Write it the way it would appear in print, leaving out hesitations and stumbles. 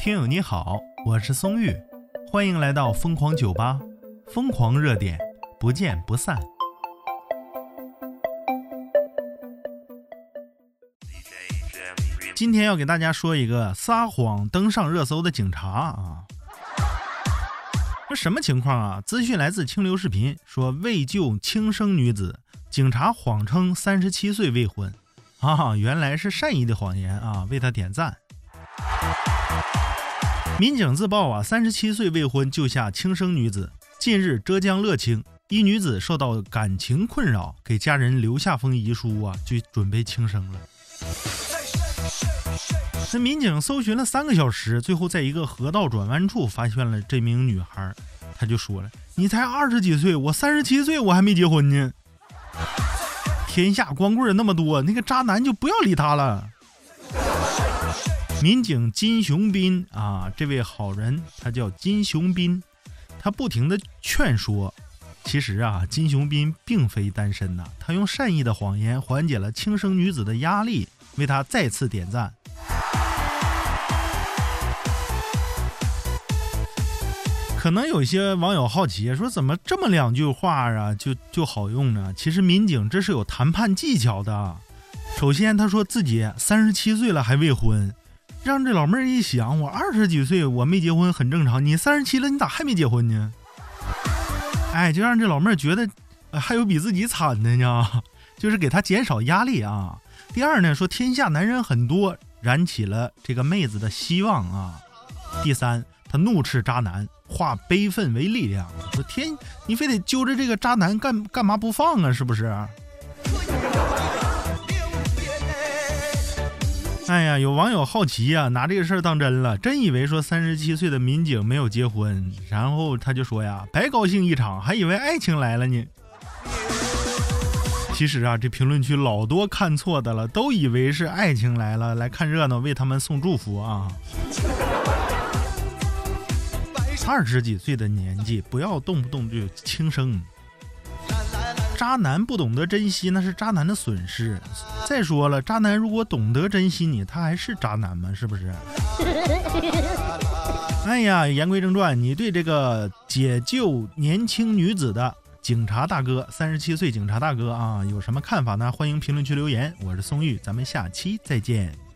听友你好，我是松玉，欢迎来到疯狂酒吧，疯狂热点，不见不散。今天要给大家说一个撒谎登上热搜的警察啊。这什么情况啊？资讯来自清流视频，说为救轻生女子，警察谎称37岁未婚啊，原来是善意的谎言啊，为他点赞。民警自曝啊，37岁未婚救下轻生女子。近日，浙江乐清一女子受到感情困扰，给家人留下封遗书啊，就准备轻生了。那民警搜寻了3个小时，最后在一个河道转弯处发现了这名女孩。她就说了：“你才20几岁，我37岁，我还没结婚呢。天下光棍那么多，那个渣男就不要理他了。”民警金雄斌啊，这位好人他叫金雄斌，他不停地劝说。其实啊，金雄斌并非单身呐，他用善意的谎言缓解了轻生女子的压力，为他再次点赞。可能有些网友好奇说，怎么这么2句话啊就好用呢？其实民警这是有谈判技巧的。首先他说自己37岁了还未婚，让这老妹儿一想，我20几岁我没结婚很正常，你37了你咋还没结婚呢？就让这老妹儿觉得还有比自己惨的呢，就是给她减少压力啊。第二呢，说天下男人很多，燃起了这个妹子的希望啊。第三，他怒斥渣男，化悲愤为力量，说天，你非得揪着这个渣男干嘛不放啊？是不是？哎呀，有网友好奇啊，拿这个事儿当真了，真以为说37岁的民警没有结婚，然后他就说呀，白高兴一场，还以为爱情来了呢。其实啊，这评论区老多看错的了，都以为是爱情来了，来看热闹，为他们送祝福啊。20几岁的年纪，不要动不动就轻生。渣男不懂得珍惜，那是渣男的损失。再说了，渣男如果懂得珍惜你，他还是渣男吗？是不是？哎呀，言归正传，你对这个解救年轻女子的警察大哥，37岁警察大哥啊，有什么看法呢？欢迎评论区留言。我是松玉，咱们下期再见。